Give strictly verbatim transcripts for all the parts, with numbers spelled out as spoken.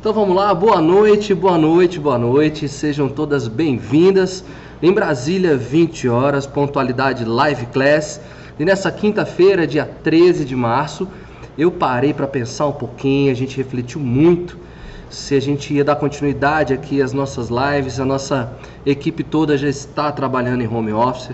Então vamos lá, boa noite, boa noite, boa noite, sejam todas bem-vindas. Em Brasília, vinte horas, pontualidade Live Class. E nessa quinta-feira, dia treze de março, eu parei para pensar um pouquinho, a gente refletiu muito se a gente ia dar continuidade aqui às nossas lives. A nossa equipe toda já está trabalhando em home office.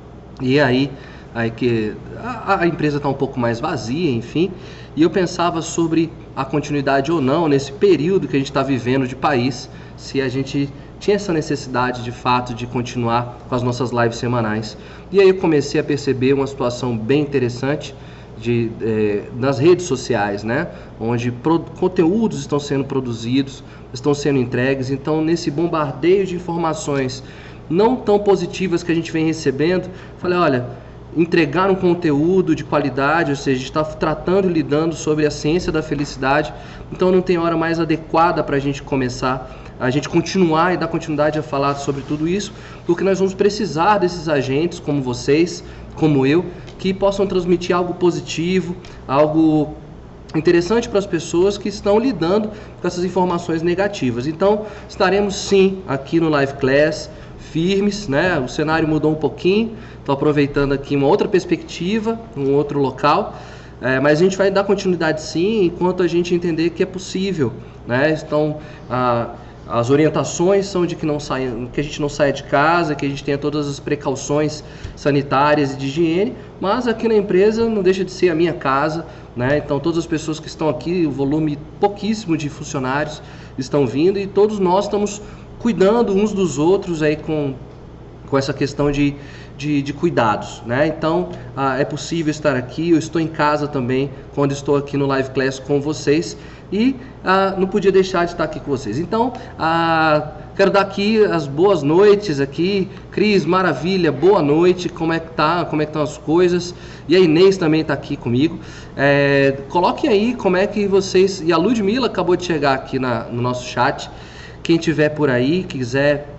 E aí, aí que a, a empresa está um pouco mais vazia, enfim. E eu pensava sobre a continuidade ou não nesse período que a gente está vivendo de país, se a gente tinha essa necessidade de fato de continuar com as nossas lives semanais. E aí eu comecei a perceber uma situação bem interessante de, eh, nas redes sociais, né? Onde pro, conteúdos estão sendo produzidos, estão sendo entregues. Então, nesse bombardeio de informações não tão positivas que a gente vem recebendo, falei, olha, entregar um conteúdo de qualidade, ou seja, a gente está tratando e lidando sobre a ciência da felicidade, então não tem hora mais adequada para a gente começar, a gente continuar e dar continuidade a falar sobre tudo isso, porque nós vamos precisar desses agentes como vocês, como eu, que possam transmitir algo positivo, algo interessante para as pessoas que estão lidando com essas informações negativas. Então, estaremos sim aqui no Live Class, firmes, né? O cenário mudou um pouquinho, estou aproveitando aqui uma outra perspectiva, um outro local, é, mas a gente vai dar continuidade sim, enquanto a gente entender que é possível, né? Então, a, as orientações são de que, não saia, que a gente não saia de casa, que a gente tenha todas as precauções sanitárias e de higiene, mas aqui na empresa não deixa de ser a minha casa, né? Então, todas as pessoas que estão aqui, o volume pouquíssimo de funcionários estão vindo e todos nós estamos cuidando uns dos outros aí com, com essa questão de, de, de cuidados, né? Então, ah, é possível estar aqui, eu estou em casa também, quando estou aqui no Live Class com vocês, e ah, não podia deixar de estar aqui com vocês. Então, ah, quero dar aqui as boas noites aqui. Cris, maravilha, boa noite, como é que tá, como é que estão as coisas? E a Inês também está aqui comigo. É, coloquem aí como é que vocês... E a Ludmila acabou de chegar aqui na, no nosso chat. Quem tiver por aí, quiser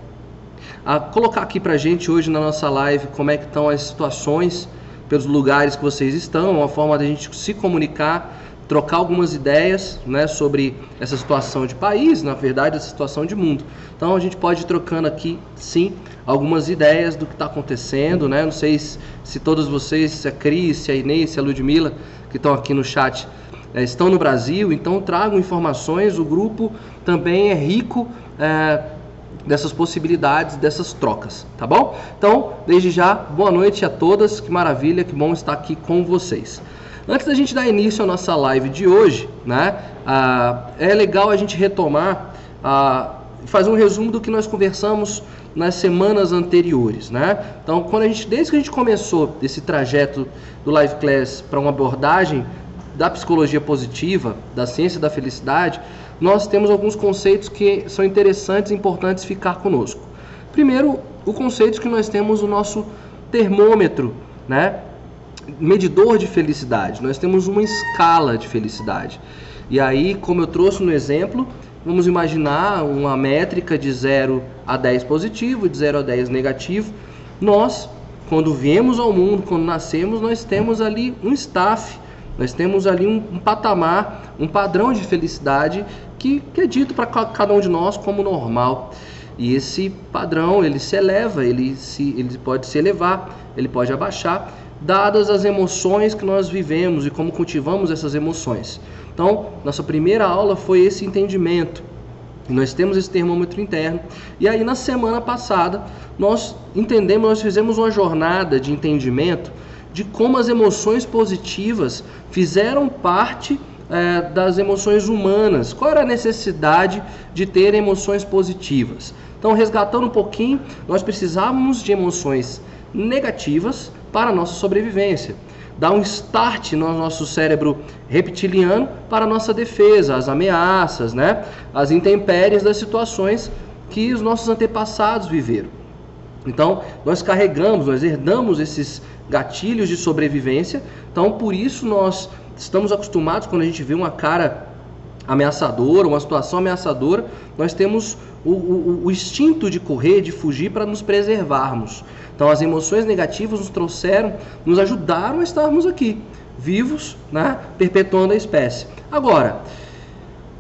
a, colocar aqui pra gente hoje na nossa live como é que estão as situações pelos lugares que vocês estão, uma forma da gente se comunicar, trocar algumas ideias, né, sobre essa situação de país, na verdade, essa situação de mundo. Então a gente pode ir trocando aqui, sim, algumas ideias do que está acontecendo, né? Não sei se, se todos vocês, se a Cris, se a Inês, se a Ludmila, que estão aqui no chat, É, estão no Brasil, então tragam informações. O grupo também é rico é, dessas possibilidades, dessas trocas, tá bom? Então, desde já, boa noite a todas, que maravilha, que bom estar aqui com vocês. Antes da gente dar início à nossa live de hoje, né, ah, é legal a gente retomar, ah, fazer um resumo do que nós conversamos nas semanas anteriores, né? Então, quando a gente, desde que a gente começou esse trajeto do Live Class para uma abordagem da psicologia positiva, da ciência da felicidade, nós temos alguns conceitos que são interessantes e importantes ficar conosco. Primeiro, o conceito que nós temos o nosso termômetro, né? Medidor de felicidade. Nós temos uma escala de felicidade. E aí, como eu trouxe no exemplo, vamos imaginar uma métrica de zero a dez positivo, de zero a dez negativo. Nós, quando viemos ao mundo, quando nascemos, nós temos ali um staff. Nós temos ali um, um patamar, um padrão de felicidade que, que é dito para cada um de nós como normal. E esse padrão, ele se eleva, ele, se, ele pode se elevar, ele pode abaixar, dadas as emoções que nós vivemos e como cultivamos essas emoções. Então, nossa primeira aula foi esse entendimento. Nós temos esse termômetro interno. E aí, na semana passada, nós entendemos, nós fizemos uma jornada de entendimento de como as emoções positivas fizeram parte é, das emoções humanas. Qual era a necessidade de ter emoções positivas? Então, resgatando um pouquinho, nós precisávamos de emoções negativas para a nossa sobrevivência. Dar um start no nosso cérebro reptiliano para a nossa defesa, as ameaças, né? As intempéries das situações que os nossos antepassados viveram. Então, nós carregamos, nós herdamos esses gatilhos de sobrevivência. Então, por isso nós estamos acostumados, quando a gente vê uma cara ameaçadora, uma situação ameaçadora, nós temos o, o, o instinto de correr, de fugir para nos preservarmos. Então, as emoções negativas nos trouxeram, nos ajudaram a estarmos aqui, vivos, né, perpetuando a espécie. Agora,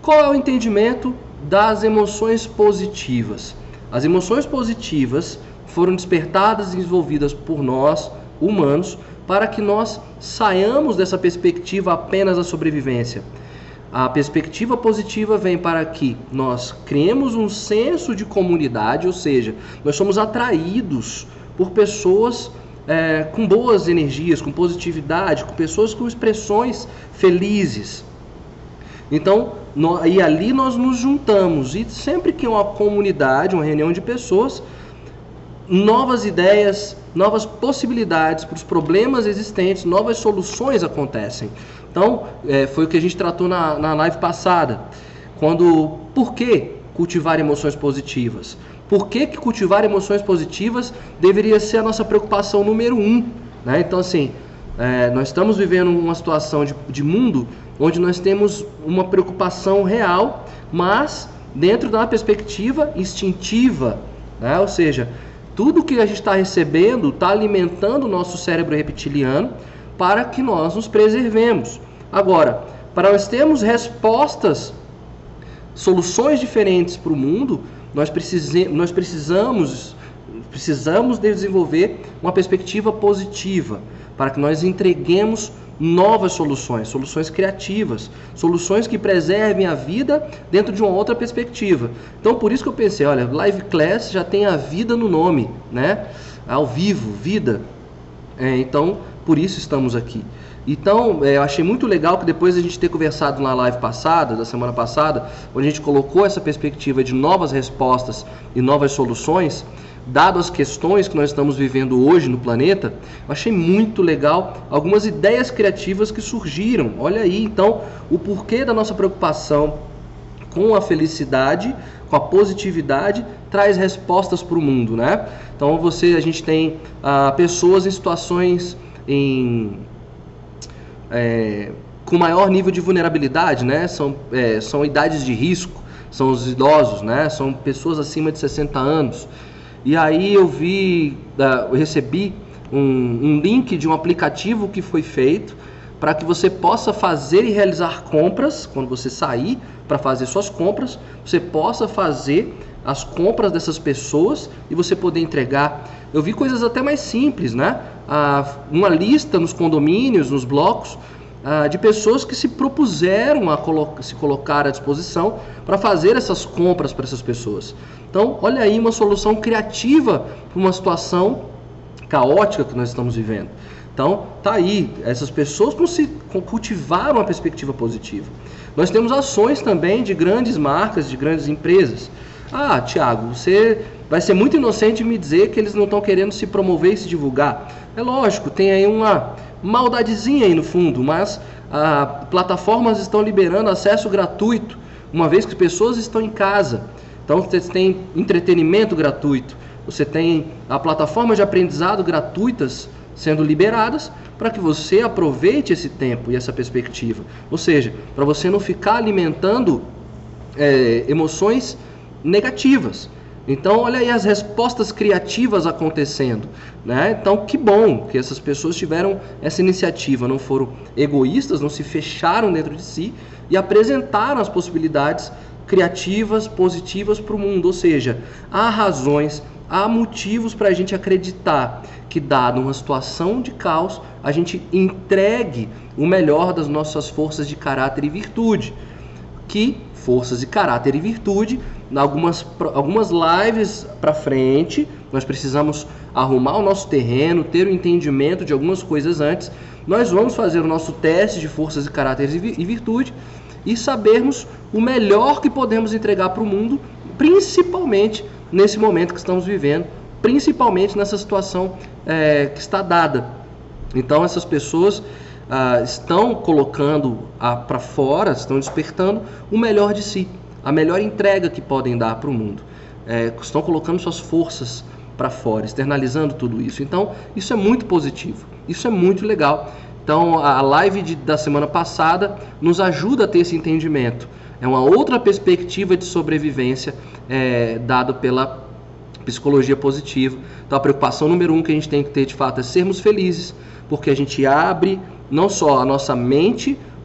Qual é o entendimento das emoções positivas? As emoções positivas foram despertadas e desenvolvidas por nós, humanos, para que nós saiamos dessa perspectiva apenas da sobrevivência. A perspectiva positiva vem para que nós criemos um senso de comunidade, ou seja, nós somos atraídos por pessoas é, com boas energias, com positividade, com pessoas com expressões felizes. Então, nós, e ali nós nos juntamos, e sempre que é uma comunidade, uma reunião de pessoas, novas ideias, novas possibilidades para os problemas existentes, novas soluções acontecem. Então, é, foi o que a gente tratou na, na live passada. Quando, por que cultivar emoções positivas? Por que, que cultivar emoções positivas deveria ser a nossa preocupação número um? Né? Então, assim, é, nós estamos vivendo uma situação de, de mundo onde nós temos uma preocupação real, mas dentro da perspectiva instintiva, né? Ou seja, tudo que a gente está recebendo está alimentando o nosso cérebro reptiliano para que nós nos preservemos. Agora, para nós termos respostas, soluções diferentes para o mundo, nós, precise, nós precisamos, precisamos desenvolver uma perspectiva positiva, para que nós entreguemos novas soluções, soluções criativas, soluções que preservem a vida dentro de uma outra perspectiva. Então, por isso que eu pensei, olha, Live Class já tem a vida no nome, né? Ao vivo, vida. É, então, por isso estamos aqui. Então, é, eu achei muito legal que depois de a gente ter conversado na live passada, da semana passada, onde a gente colocou essa perspectiva de novas respostas e novas soluções, dado as questões que nós estamos vivendo hoje no planeta, eu achei muito legal algumas ideias criativas que surgiram. Olha aí, então, o porquê da nossa preocupação com a felicidade, com a positividade, traz respostas para o mundo, né? Então, você, a gente tem ah, pessoas em situações em, é, com maior nível de vulnerabilidade, né? São, é, são idades de risco, são os idosos, né? São pessoas acima de sessenta anos. E aí eu vi, eu recebi um, um link de um aplicativo que foi feito para que você possa fazer e realizar compras, quando você sair para fazer suas compras, você possa fazer as compras dessas pessoas e você poder entregar. Eu vi coisas até mais simples, né? Ah, uma lista nos condomínios, nos blocos, ah, de pessoas que se propuseram a colo- se colocar à disposição para fazer essas compras para essas pessoas. Então, olha aí uma solução criativa para uma situação caótica que nós estamos vivendo. Então, tá aí, essas pessoas cultivaram uma perspectiva positiva. Nós temos ações também de grandes marcas, de grandes empresas. Ah, Thiago, você vai ser muito inocente me dizer que eles não estão querendo se promover e se divulgar. É lógico, tem aí uma maldadezinha aí no fundo, mas ah, plataformas estão liberando acesso gratuito, uma vez que pessoas estão em casa. Então você tem entretenimento gratuito, você tem a plataforma de aprendizado gratuitas sendo liberadas para que você aproveite esse tempo e essa perspectiva. Ou seja, para você não ficar alimentando é, emoções negativas. Então, olha aí as respostas criativas acontecendo, né? Então, que bom que essas pessoas tiveram essa iniciativa, não foram egoístas, não se fecharam dentro de si e apresentaram as possibilidades criativas, positivas para o mundo. Ou seja, há razões, há motivos para a gente acreditar que, dado uma situação de caos, a gente entregue o melhor das nossas forças de caráter e virtude. Que forças de caráter e virtude, algumas, algumas lives para frente, nós precisamos arrumar o nosso terreno, ter o entendimento de algumas coisas antes. Nós vamos fazer o nosso teste de forças de caráter e virtude e sabermos o melhor que podemos entregar para o mundo, principalmente nesse momento que estamos vivendo, principalmente nessa situação é, que está dada. Então, essas pessoas ah, estão colocando ah, para fora, estão despertando o melhor de si, a melhor entrega que podem dar para o mundo. É, estão colocando suas forças para fora, externalizando tudo isso. Então, isso é muito positivo, isso é muito legal. Então, a live de, da semana passada nos ajuda a ter esse entendimento. É uma outra perspectiva de sobrevivência é, dada pela psicologia positiva. Então, a preocupação número um que a gente tem que ter, de fato, é sermos felizes, porque a gente abre não só a nossa mente,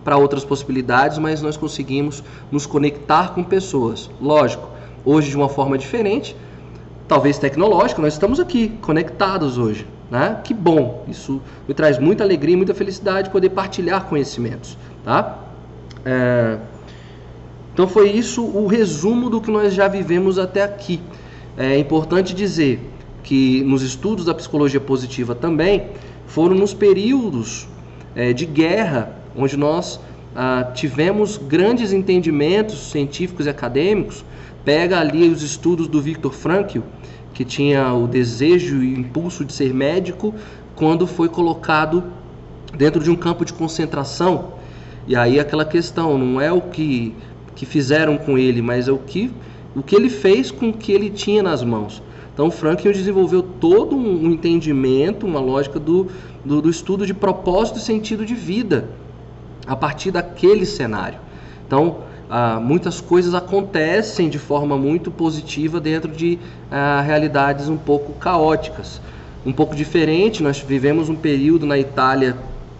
para outras possibilidades, mas nós conseguimos nos conectar com pessoas. Lógico, hoje de uma forma diferente, talvez tecnológica, nós estamos aqui, conectados hoje, né? Que bom, isso me traz muita alegria e muita felicidade poder partilhar conhecimentos, tá? É... Então foi isso o resumo do que nós já vivemos até aqui. É importante dizer que nos estudos da psicologia positiva também foram nos períodos é, de guerra, onde nós ah, tivemos grandes entendimentos científicos e acadêmicos. Pega ali os estudos do Viktor Frankl, que tinha o desejo e o impulso de ser médico, quando foi colocado dentro de um campo de concentração. E aí aquela questão, não é o que, que fizeram com ele, mas é o que, o que ele fez com o que ele tinha nas mãos. Então Frankl desenvolveu todo um entendimento, uma lógica do, do, do estudo de propósito e sentido de vida, a partir daquele cenário. Então, ah, muitas coisas acontecem de forma muito positiva dentro de ah, realidades um pouco caóticas. Um pouco diferente, nós vivemos um período na Itália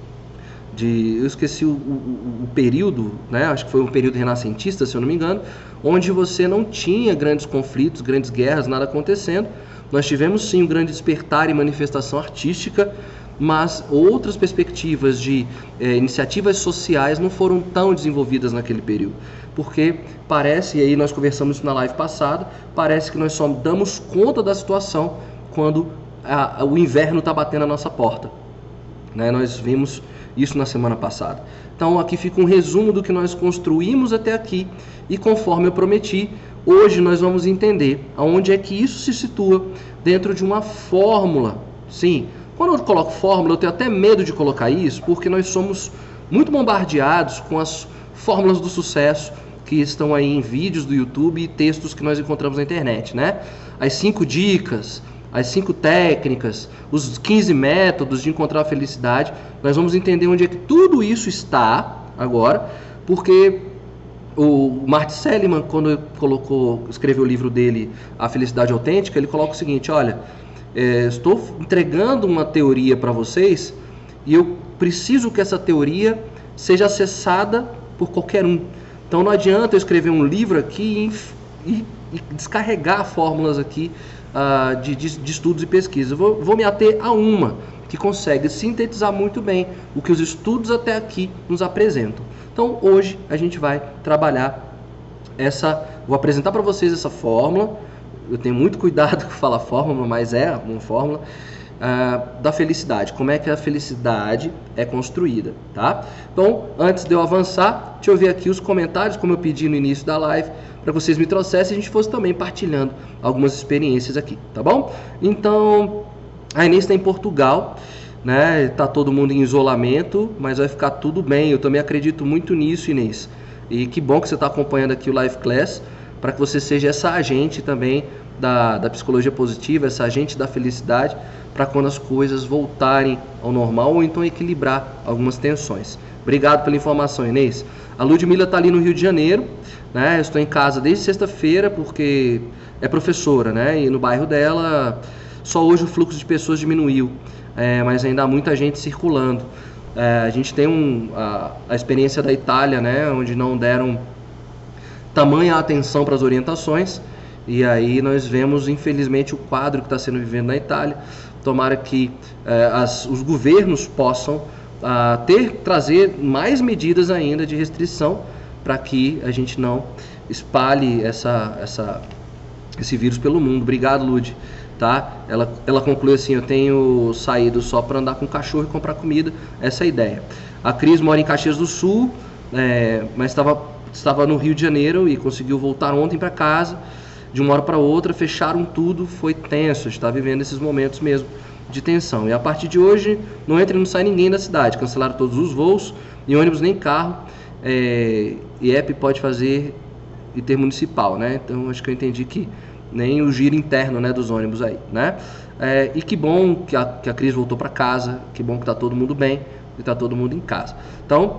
de... Eu esqueci o, o, o período, né? Acho que foi um período renascentista, se eu não me engano, onde você não tinha grandes conflitos, grandes guerras, nada acontecendo. Nós tivemos sim um grande despertar e manifestação artística, mas outras perspectivas de eh, iniciativas sociais não foram tão desenvolvidas naquele período, porque parece, e aí nós conversamos isso na live passada, parece que nós só damos conta da situação quando a, a, o inverno está batendo na nossa porta, né? Nós vimos isso na semana passada. Então aqui fica um resumo do que nós construímos até aqui, e conforme eu prometi, hoje nós vamos entender aonde é que isso se situa dentro de uma fórmula. Sim, quando eu coloco fórmula, eu tenho até medo de colocar isso, porque nós somos muito bombardeados com as fórmulas do sucesso que estão aí em vídeos do YouTube e textos que nós encontramos na internet, né? As cinco dicas, as cinco técnicas, os quinze métodos de encontrar a felicidade. Nós vamos entender onde é que tudo isso está agora, porque o Martin Seligman, quando colocou, escreveu o livro dele, A Felicidade Autêntica, ele coloca o seguinte: olha, É, estou entregando uma teoria para vocês e eu preciso que essa teoria seja acessada por qualquer um. Então não adianta eu escrever um livro aqui e, e, e descarregar fórmulas aqui uh, de, de, de estudos e pesquisas. Eu vou, vou me ater a uma que consegue sintetizar muito bem o que os estudos até aqui nos apresentam. Então hoje a gente vai trabalhar essa, vou apresentar para vocês essa fórmula. Eu tenho muito cuidado com falar fórmula, mas é uma fórmula uh, da felicidade. Como é que a felicidade é construída, tá? Então, antes de eu avançar, deixa eu ver aqui os comentários, como eu pedi no início da live, para vocês me trouxessem e a gente fosse também partilhando algumas experiências aqui, tá bom? Então, a Inês está em Portugal, né? Tá todo mundo em isolamento, mas vai ficar tudo bem. Eu também acredito muito nisso, Inês. E que bom que você está acompanhando aqui o Live Class, para que você seja essa agente também da, da psicologia positiva, essa agente da felicidade, para quando as coisas voltarem ao normal ou então equilibrar algumas tensões. Obrigado pela informação, Inês. A Ludmila está ali no Rio de Janeiro, né? Eu estou em casa desde sexta-feira porque é professora, né? E no bairro dela, só hoje o fluxo de pessoas diminuiu, é, mas ainda há muita gente circulando. É, a gente tem um, a, a experiência da Itália, né? Onde não deram tamanha atenção para as orientações, e aí nós vemos infelizmente o quadro que está sendo vivido na Itália. Tomara que eh, as, os governos possam ah, ter, trazer mais medidas ainda de restrição, para que a gente não espalhe essa, essa, esse vírus pelo mundo. Obrigado, Lud. Tá? Ela, ela conclui assim: eu tenho saído só para andar com o cachorro e comprar comida, essa é a ideia. A Cris mora em Caxias do Sul, é, mas estava Estava no Rio de Janeiro e conseguiu voltar ontem para casa, de uma hora para outra, fecharam tudo, foi tenso, está vivendo esses momentos mesmo de tensão. E a partir de hoje, não entra e não sai ninguém da cidade, cancelaram todos os voos, e ônibus nem carro, é, I E P pode fazer intermunicipal, né? Então acho que eu entendi que nem o giro interno, né, dos ônibus aí, né? É, e que bom que a, que a Cris voltou para casa, que bom que está todo mundo bem, que está todo mundo em casa. Então,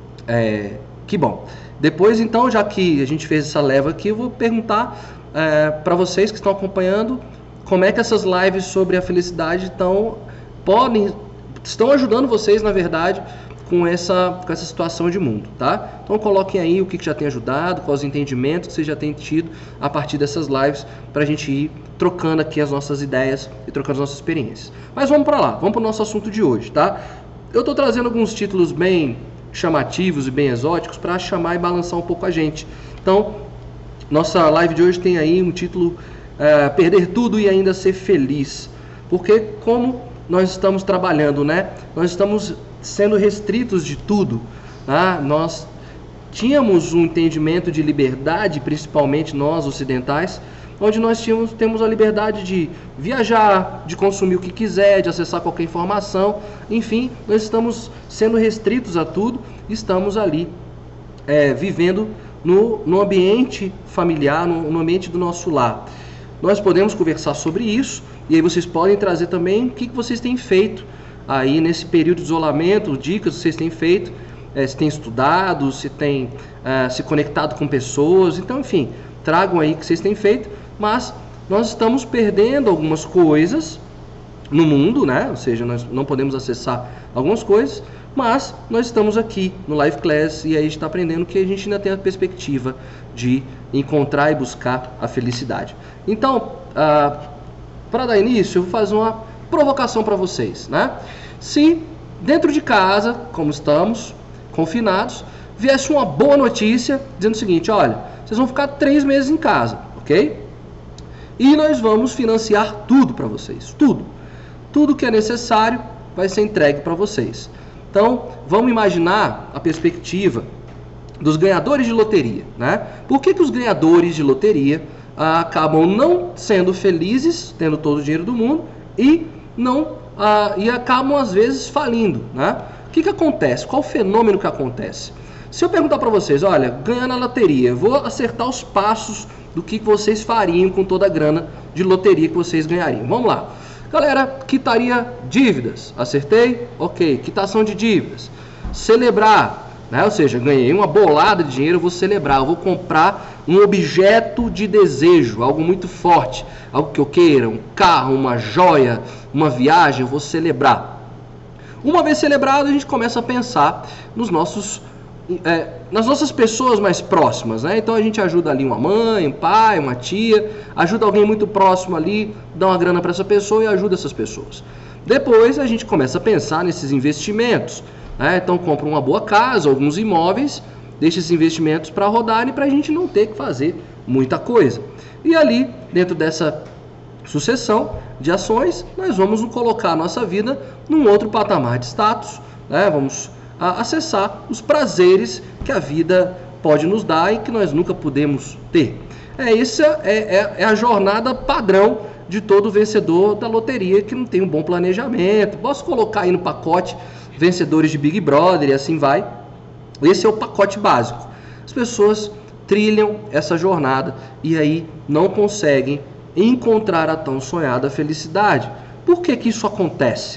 é, que bom. Depois, então, já que a gente fez essa leva aqui, eu vou perguntar é, para vocês que estão acompanhando como é que essas lives sobre a felicidade estão, podem, estão ajudando vocês, na verdade, com essa, com essa situação de mundo, tá? Então coloquem aí o que, que já tem ajudado, quais os entendimentos que vocês já têm tido a partir dessas lives, para a gente ir trocando aqui as nossas ideias e trocando as nossas experiências. Mas vamos para lá, vamos para o nosso assunto de hoje, tá? Eu estou trazendo alguns títulos bem chamativos e bem exóticos para chamar e balançar um pouco a gente. Então, nossa live de hoje tem aí um título, é, Perder Tudo e Ainda Ser Feliz. Porque como nós estamos trabalhando, né? Nós estamos sendo restritos de tudo, tá? Nós tínhamos um entendimento de liberdade, principalmente nós ocidentais, onde nós tínhamos, temos a liberdade de viajar, de consumir o que quiser, de acessar qualquer informação, enfim, nós estamos sendo restritos a tudo, estamos ali é, vivendo no, no ambiente familiar, no, no ambiente do nosso lar. Nós podemos conversar sobre isso, e aí vocês podem trazer também o que, que vocês têm feito aí nesse período de isolamento, dicas que vocês têm feito, é, se têm estudado, se têm é, se conectado com pessoas, então enfim, tragam aí o que vocês têm feito, mas nós estamos perdendo algumas coisas no mundo, né? Ou seja, nós não podemos acessar algumas coisas, mas nós estamos aqui no Live Class e aí a gente está aprendendo que a gente ainda tem a perspectiva de encontrar e buscar a felicidade. Então, ah, para dar início, eu vou fazer uma provocação para vocês, né? Se dentro de casa, como estamos, confinados, viesse uma boa notícia dizendo o seguinte: olha, vocês vão ficar três meses em casa, ok? E nós vamos financiar tudo para vocês, tudo. Tudo que é necessário vai ser entregue para vocês. Então, vamos imaginar a perspectiva dos ganhadores de loteria, né? Por que que os ganhadores de loteria ah, acabam não sendo felizes, tendo todo o dinheiro do mundo, e não ah, e acabam às vezes falindo, né? O que que acontece? Qual o fenômeno que acontece? Se eu perguntar para vocês, olha, ganhar na loteria, eu vou acertar os passos do que vocês fariam com toda a grana de loteria que vocês ganhariam. Vamos lá. Galera, quitaria dívidas. Acertei? Ok. Quitação de dívidas. Celebrar, né? Ou seja, ganhei uma bolada de dinheiro, eu vou celebrar. Eu vou comprar um objeto de desejo, algo muito forte, algo que eu queira, um carro, uma joia, uma viagem, eu vou celebrar. Uma vez celebrado, a gente começa a pensar nos nossos É, nas nossas pessoas mais próximas, né? Então a gente ajuda ali uma mãe, um pai, uma tia, ajuda alguém muito próximo ali, dá uma grana para essa pessoa e ajuda essas pessoas. Depois a gente começa a pensar nesses investimentos, né? Então compra uma boa casa, alguns imóveis, deixa esses investimentos para rodarem para a gente não ter que fazer muita coisa. E ali, dentro dessa sucessão de ações, nós vamos colocar a nossa vida num outro patamar de status, né? Vamos a acessar os prazeres que a vida pode nos dar e que nós nunca podemos ter. É, essa é, é, é a jornada padrão de todo vencedor da loteria que não tem um bom planejamento. Posso colocar aí no pacote vencedores de Big Brother e assim vai. Esse é o pacote básico. As pessoas trilham essa jornada e aí não conseguem encontrar a tão sonhada felicidade. Por que que isso acontece?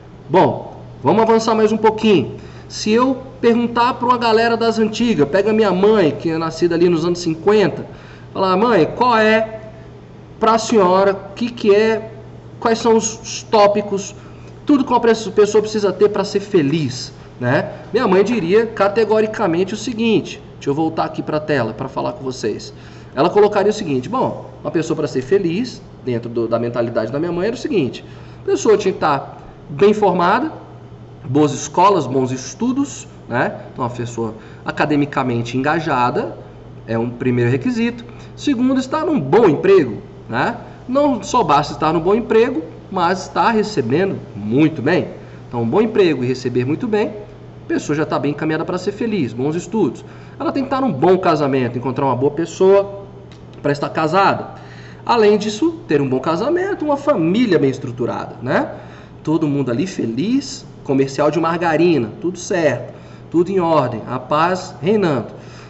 Bom, vamos avançar mais um pouquinho. Se eu perguntar para uma galera das antigas, pega minha mãe, que é nascida ali nos anos cinquenta, falar, mãe, qual é para a senhora, o que, que é, quais são os, os tópicos, tudo que uma pessoa precisa ter para ser feliz, né? Minha mãe diria categoricamente o seguinte, deixa eu voltar aqui para a tela para falar com vocês. Ela colocaria o seguinte, bom, uma pessoa para ser feliz, dentro do, da mentalidade da minha mãe, era o seguinte, a pessoa tinha que estar bem formada, boas escolas, bons estudos, né? Então, uma pessoa academicamente engajada é um primeiro requisito. Segundo, estar num bom emprego, né? Não só basta estar num bom emprego, mas estar recebendo muito bem. Então, um bom emprego e receber muito bem, a pessoa já está bem encaminhada para ser feliz, bons estudos. Ela tem que estar num bom casamento, encontrar uma boa pessoa para estar casada. Além disso, ter um bom casamento, uma família bem estruturada, né? Todo mundo ali feliz, comercial de margarina, tudo certo, tudo em ordem, a paz reinando.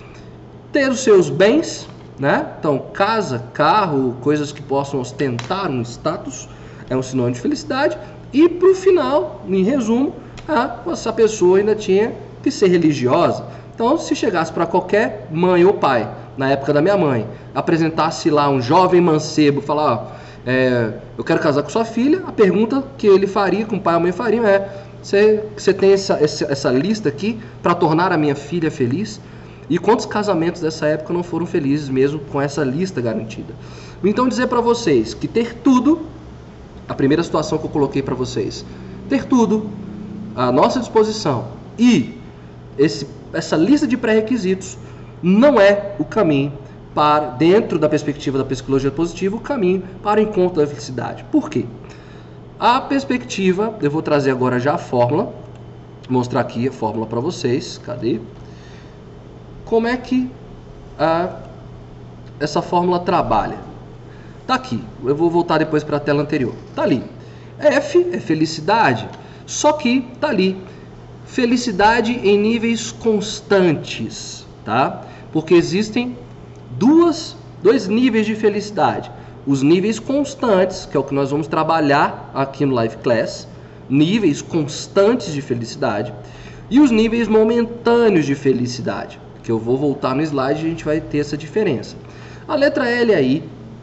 Ter os seus bens, né? Então, casa, carro, coisas que possam ostentar um status, é um sinônimo de felicidade. E para o final, em resumo, a, essa pessoa ainda tinha que ser religiosa. Então, se chegasse para qualquer mãe ou pai, na época da minha mãe, apresentasse lá um jovem mancebo, falar, ó, é, eu quero casar com sua filha, a pergunta que ele faria, que o pai ou a mãe fariam é, você, você tem essa, essa, essa lista aqui para tornar a minha filha feliz? E quantos casamentos dessa época não foram felizes mesmo com essa lista garantida? Então dizer para vocês que ter tudo, a primeira situação que eu coloquei para vocês, ter tudo à nossa disposição e esse, essa lista de pré-requisitos não é o caminho para, dentro da perspectiva da psicologia positiva, o caminho para o encontro da felicidade. Por quê? A perspectiva, eu vou trazer agora já a fórmula, mostrar aqui a fórmula para vocês, cadê? Como é que a, essa fórmula trabalha? Tá aqui, eu vou voltar depois para a tela anterior. Tá ali. F é felicidade, só que tá ali. Felicidade em níveis constantes, tá? Porque existem duas, dois níveis de felicidade. Os níveis constantes, que é o que nós vamos trabalhar aqui no Live Class, níveis constantes de felicidade, e os níveis momentâneos de felicidade, que eu vou voltar no slide e a gente vai ter essa diferença. A letra L aí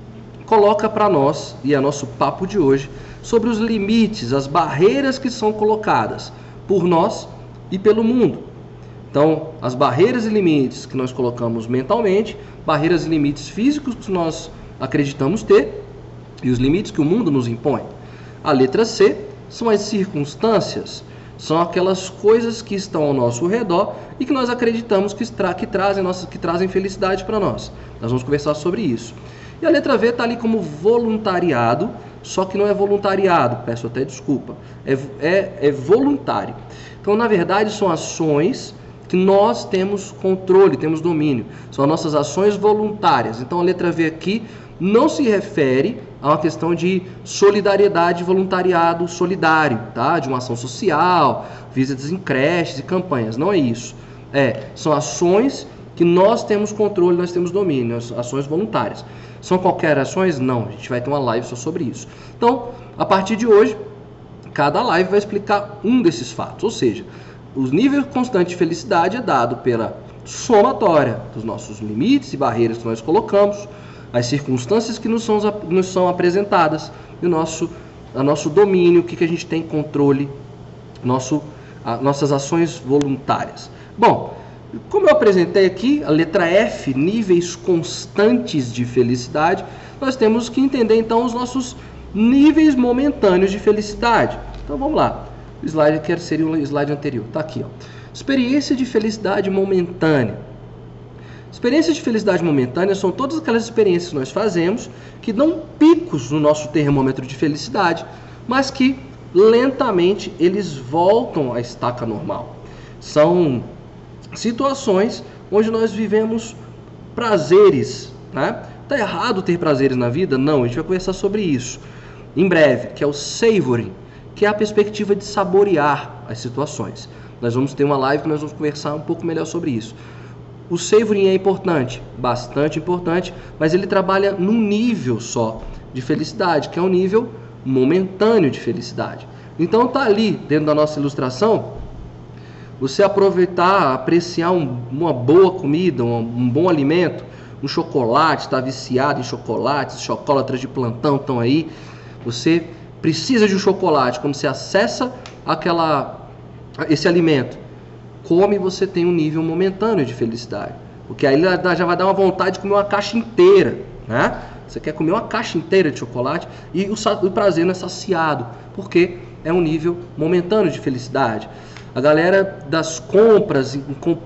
coloca para nós, e é nosso papo de hoje, sobre os limites, as barreiras que são colocadas por nós e pelo mundo. Então, as barreiras e limites que nós colocamos mentalmente, barreiras e limites físicos que nós acreditamos ter e os limites que o mundo nos impõe. A letra C são as circunstâncias, são aquelas coisas que estão ao nosso redor e que nós acreditamos que, tra que, trazem, nossa, que trazem felicidade para nós. Nós vamos conversar sobre isso. E a letra V está ali como voluntariado, só que não é voluntariado, peço até desculpa, é, é, é voluntário. Então, na verdade, são ações que nós temos controle, temos domínio. São nossas ações voluntárias. Então, a letra V aqui não se refere a uma questão de solidariedade, voluntariado solidário, tá? De uma ação social, visitas em creches e campanhas. Não é isso. É, são ações que nós temos controle, nós temos domínio, ações voluntárias. São qualquer ações? Não, a gente vai ter uma live só sobre isso. Então, a partir de hoje, cada live vai explicar um desses fatos, ou seja, o nível constante de felicidade é dado pela somatória dos nossos limites e barreiras que nós colocamos, as circunstâncias que nos são, nos são apresentadas, e o nosso, a nosso domínio, o que, que a gente tem controle, nosso, a, nossas ações voluntárias. Bom, como eu apresentei aqui, a letra F, níveis constantes de felicidade, nós temos que entender então os nossos níveis momentâneos de felicidade. Então vamos lá, o slide que seria o slide anterior, está aqui, ó. Experiência de felicidade momentânea. Experiências de felicidade momentânea são todas aquelas experiências que nós fazemos que dão picos no nosso termômetro de felicidade, mas que lentamente eles voltam à estaca normal. São situações onde nós vivemos prazeres, né? Tá errado ter prazeres na vida? Não, a gente vai conversar sobre isso em breve, que é o savoring, que é a perspectiva de saborear as situações. Nós vamos ter uma live que nós vamos conversar um pouco melhor sobre isso. O savoring é importante, bastante importante, mas ele trabalha num nível só de felicidade, que é um nível momentâneo de felicidade. Então tá ali, dentro da nossa ilustração, você aproveitar, apreciar um, uma boa comida, um, um bom alimento, um chocolate, está viciado em chocolates, chocolatras de plantão estão aí, você precisa de um chocolate, quando você acessa aquela, esse alimento, come, você tem um nível momentâneo de felicidade, porque aí já vai dar uma vontade de comer uma caixa inteira, né? Você quer comer uma caixa inteira de chocolate e o, o prazer não é saciado, porque é um nível momentâneo de felicidade. A galera das compras,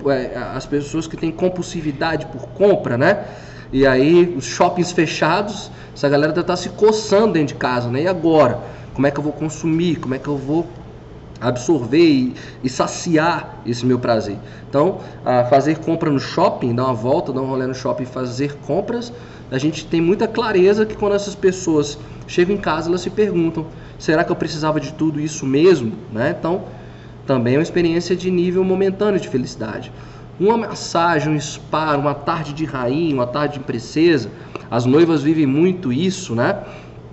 as pessoas que têm compulsividade por compra, né? E aí os shoppings fechados, essa galera está se coçando dentro de casa, né? E agora? Como é que eu vou consumir? Como é que eu vou absorver e, e saciar esse meu prazer? Então, a fazer compra no shopping, dar uma volta, dar um rolê no shopping e fazer compras, a gente tem muita clareza que quando essas pessoas chegam em casa, elas se perguntam, será que eu precisava de tudo isso mesmo? Né? Então, também é uma experiência de nível momentâneo de felicidade. Uma massagem, um spa, uma tarde de rainha, uma tarde de princesa, as noivas vivem muito isso, né?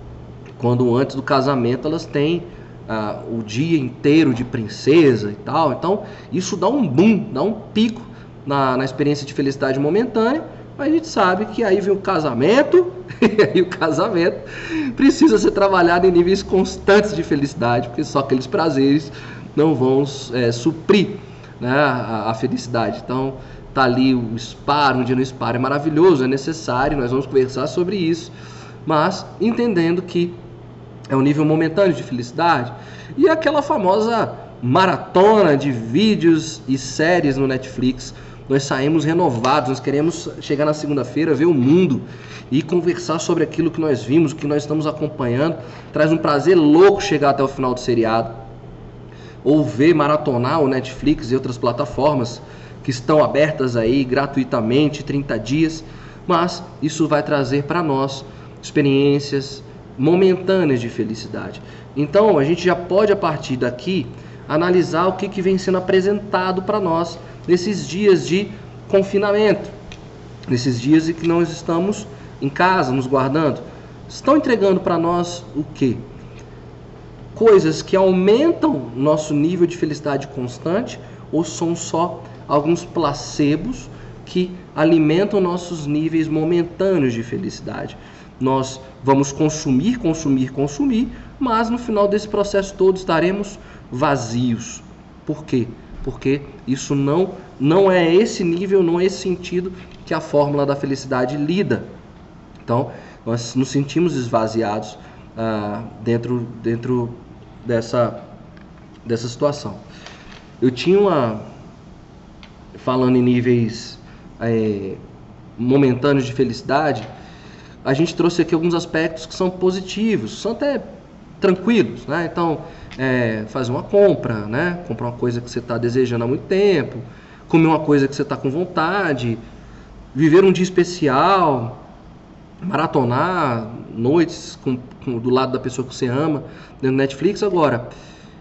Quando antes do casamento elas têm ah, o dia inteiro de princesa e tal. Então, isso dá um boom, dá um pico na, na experiência de felicidade momentânea, mas a gente sabe que aí vem o casamento, e aí o casamento precisa ser trabalhado em níveis constantes de felicidade, porque só aqueles prazeres não vão é, suprir, né, a, a felicidade. Então, tá ali o spa, um dia no spa é maravilhoso, é necessário, nós vamos conversar sobre isso, mas entendendo que é um nível momentâneo de felicidade. E aquela famosa maratona de vídeos e séries no Netflix, nós saímos renovados, nós queremos chegar na segunda-feira, ver o mundo e conversar sobre aquilo que nós vimos, o que nós estamos acompanhando. Traz um prazer louco chegar até o final do seriado, ou ver, maratonar o Netflix e outras plataformas que estão abertas aí gratuitamente, trinta dias, mas isso vai trazer para nós experiências momentâneas de felicidade. Então a gente já pode, a partir daqui, analisar o que, que vem sendo apresentado para nós nesses dias de confinamento, nesses dias em que nós estamos em casa, nos guardando. Estão entregando para nós o quê? Coisas que aumentam nosso nível de felicidade constante, ou são só alguns placebos que alimentam nossos níveis momentâneos de felicidade? Nós vamos consumir, consumir, consumir, mas no final desse processo todo estaremos vazios. Por quê? Porque isso não, não é esse nível, não é esse sentido que a fórmula da felicidade lida. Então, nós nos sentimos esvaziados ah, dentro, dentro dessa, dessa situação. Eu tinha uma... Falando em níveis é, momentâneos de felicidade, a gente trouxe aqui alguns aspectos que são positivos, são até tranquilos, né? Então, é, fazer uma compra, né? Comprar uma coisa que você está desejando há muito tempo, comer uma coisa que você está com vontade, viver um dia especial, maratonar noites com, com, do lado da pessoa que você ama, dentro do Netflix. Agora,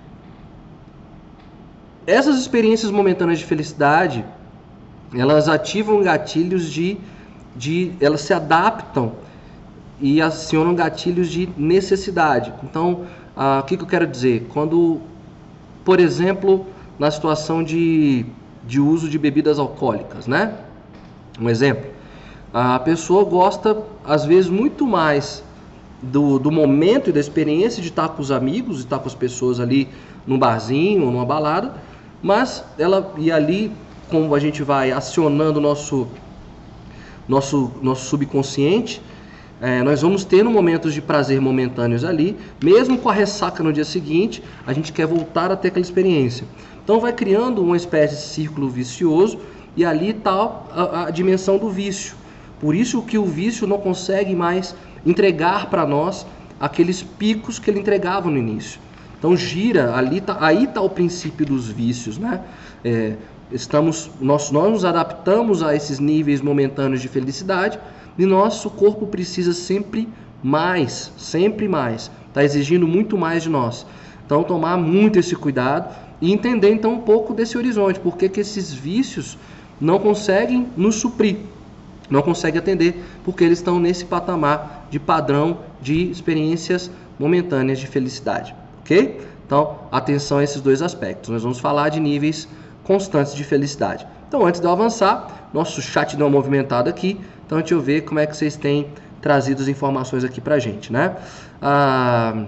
essas experiências momentâneas de felicidade, elas ativam gatilhos de, de... elas se adaptam e acionam gatilhos de necessidade. Então, ah, o que, que eu quero dizer? Quando, por exemplo, na situação de, de uso de bebidas alcoólicas, né? Um exemplo. A pessoa gosta, às vezes, muito mais do, do momento e da experiência de estar com os amigos, de estar com as pessoas ali num barzinho ou numa balada, mas ela, e ali, como a gente vai acionando o nosso, nosso, nosso subconsciente, é, nós vamos tendo momentos de prazer momentâneos ali, mesmo com a ressaca no dia seguinte, a gente quer voltar a ter aquela experiência. Então vai criando uma espécie de círculo vicioso, e ali está a, a dimensão do vício. Por isso que o vício não consegue mais entregar para nós aqueles picos que ele entregava no início. Então gira, ali tá, aí está o princípio dos vícios, né? É, estamos, nós, nós nos adaptamos a esses níveis momentâneos de felicidade, e nosso corpo precisa sempre mais, sempre mais. Está exigindo muito mais de nós. Então tomar muito esse cuidado e entender então um pouco desse horizonte, porque que esses vícios não conseguem nos suprir, não conseguem atender, porque eles estão nesse patamar de padrão de experiências momentâneas de felicidade, ok? Então, atenção a esses dois aspectos. Nós vamos falar de níveis constantes de felicidade. Então, antes de eu avançar, nosso chat deu uma movimentada aqui, então deixa eu ver como é que vocês têm trazido as informações aqui pra gente, né? Ah...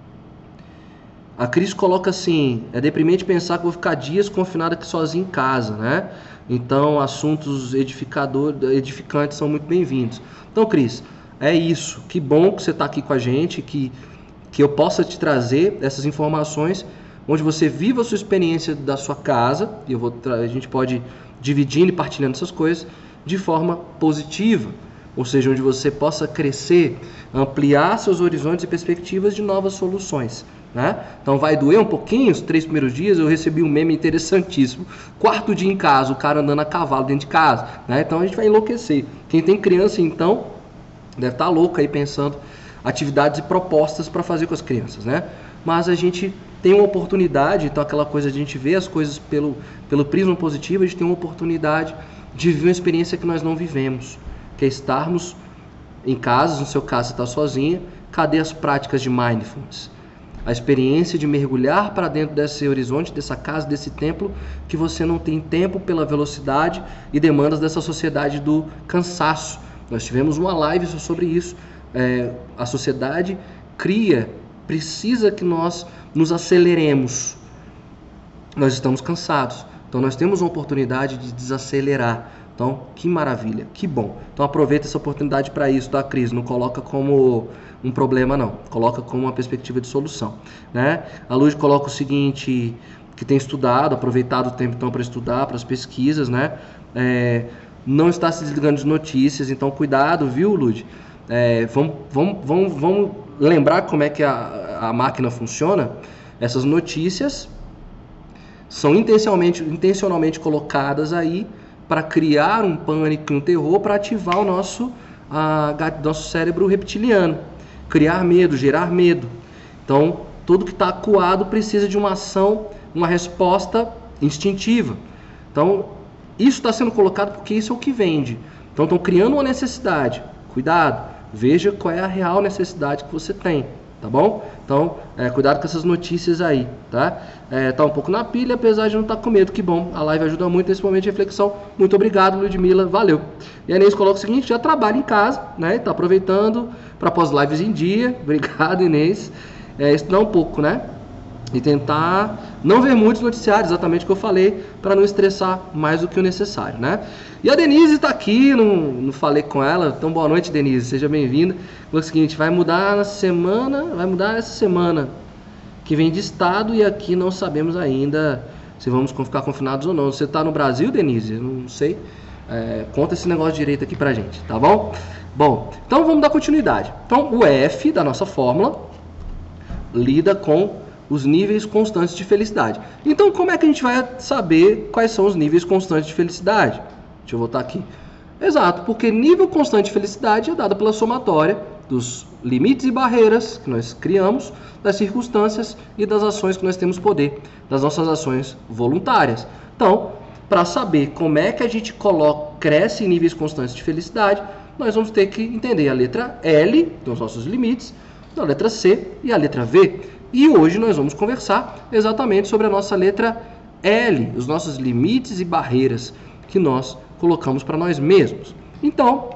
A Cris coloca assim: é deprimente pensar que vou ficar dias confinado aqui sozinho em casa, né? Então, assuntos edificador, edificantes são muito bem-vindos. Então, Cris, é isso. Que bom que você está aqui com a gente, que, que eu possa te trazer essas informações, onde você viva a sua experiência da sua casa, e eu vou a gente pode dividindo e partilhando essas coisas de forma positiva, ou seja, onde você possa crescer, ampliar seus horizontes e perspectivas de novas soluções, né? Então vai doer um pouquinho, os três primeiros dias. Eu recebi um meme interessantíssimo: quarto dia em casa, o cara andando a cavalo dentro de casa, né? Então a gente vai enlouquecer. Quem tem criança, então, deve estar louco aí pensando atividades e propostas para fazer com as crianças, né? Mas a gente tem uma oportunidade, então aquela coisa de a gente ver as coisas pelo, pelo prisma positivo, a gente tem uma oportunidade de viver uma experiência que nós não vivemos, que é estarmos em casa. No seu caso você está sozinha. Cadê as práticas de mindfulness? A experiência de mergulhar para dentro desse horizonte, dessa casa, desse templo, que você não tem tempo pela velocidade e demandas dessa sociedade do cansaço. Nós tivemos uma live sobre isso. É, a sociedade cria, precisa que nós nos aceleremos. nós estamos cansados. Então nós temos uma oportunidade de desacelerar. Então, que maravilha, que bom. Então aproveita essa oportunidade para isso, tá, Cris? Não coloca como um problema, não. Coloca como uma perspectiva de solução, né? A Luz coloca o seguinte, que tem estudado, aproveitado o tempo então para estudar, para as pesquisas, né? É, não está se desligando de notícias, então cuidado, viu, Lud? É, vamos, vamos, vamos, vamos lembrar como é que a, a máquina funciona. Essas notícias são intencionalmente, intencionalmente colocadas aí para criar um pânico e um terror, para ativar o nosso, a, nosso cérebro reptiliano, criar medo, gerar medo. Então, tudo que está acuado precisa de uma ação, uma resposta instintiva. Então, isso está sendo colocado porque isso é o que vende. Então, estão criando uma necessidade. Cuidado, veja qual é a real necessidade que você tem, tá bom? Então, é, cuidado com essas notícias aí, tá? É, tá um pouco na pilha, apesar de não estar com medo, que bom. A live ajuda muito nesse momento de reflexão. Muito obrigado, Ludmila, valeu. E a Inês coloca o seguinte, já trabalha em casa, né? Tá aproveitando para pós lives em dia. Obrigado, Inês. É, estudar um pouco, né? E tentar não ver muitos noticiários, exatamente o que eu falei, para não estressar mais do que o necessário, né? E a Denise está aqui, não, não falei com ela, então boa noite, Denise, seja bem-vinda. É o seguinte, vai mudar na semana, vai mudar essa semana que vem de estado e aqui não sabemos ainda se vamos ficar confinados ou não. Você está no Brasil, Denise? Não sei. É, conta esse negócio direito aqui pra gente, tá bom? Bom, então vamos dar continuidade. Então o F da nossa fórmula lida com os níveis constantes de felicidade. Então, como é que a gente vai saber quais são os níveis constantes de felicidade? Deixa eu voltar aqui. Exato, porque nível constante de felicidade é dado pela somatória dos limites e barreiras que nós criamos, das circunstâncias e das ações que nós temos poder, das nossas ações voluntárias. Então, para saber como é que a gente coloca, cresce em níveis constantes de felicidade, nós vamos ter que entender a letra L, dos nossos limites, a letra C e a letra V. E hoje nós vamos conversar exatamente sobre a nossa letra L, os nossos limites e barreiras que nós colocamos para nós mesmos. Então,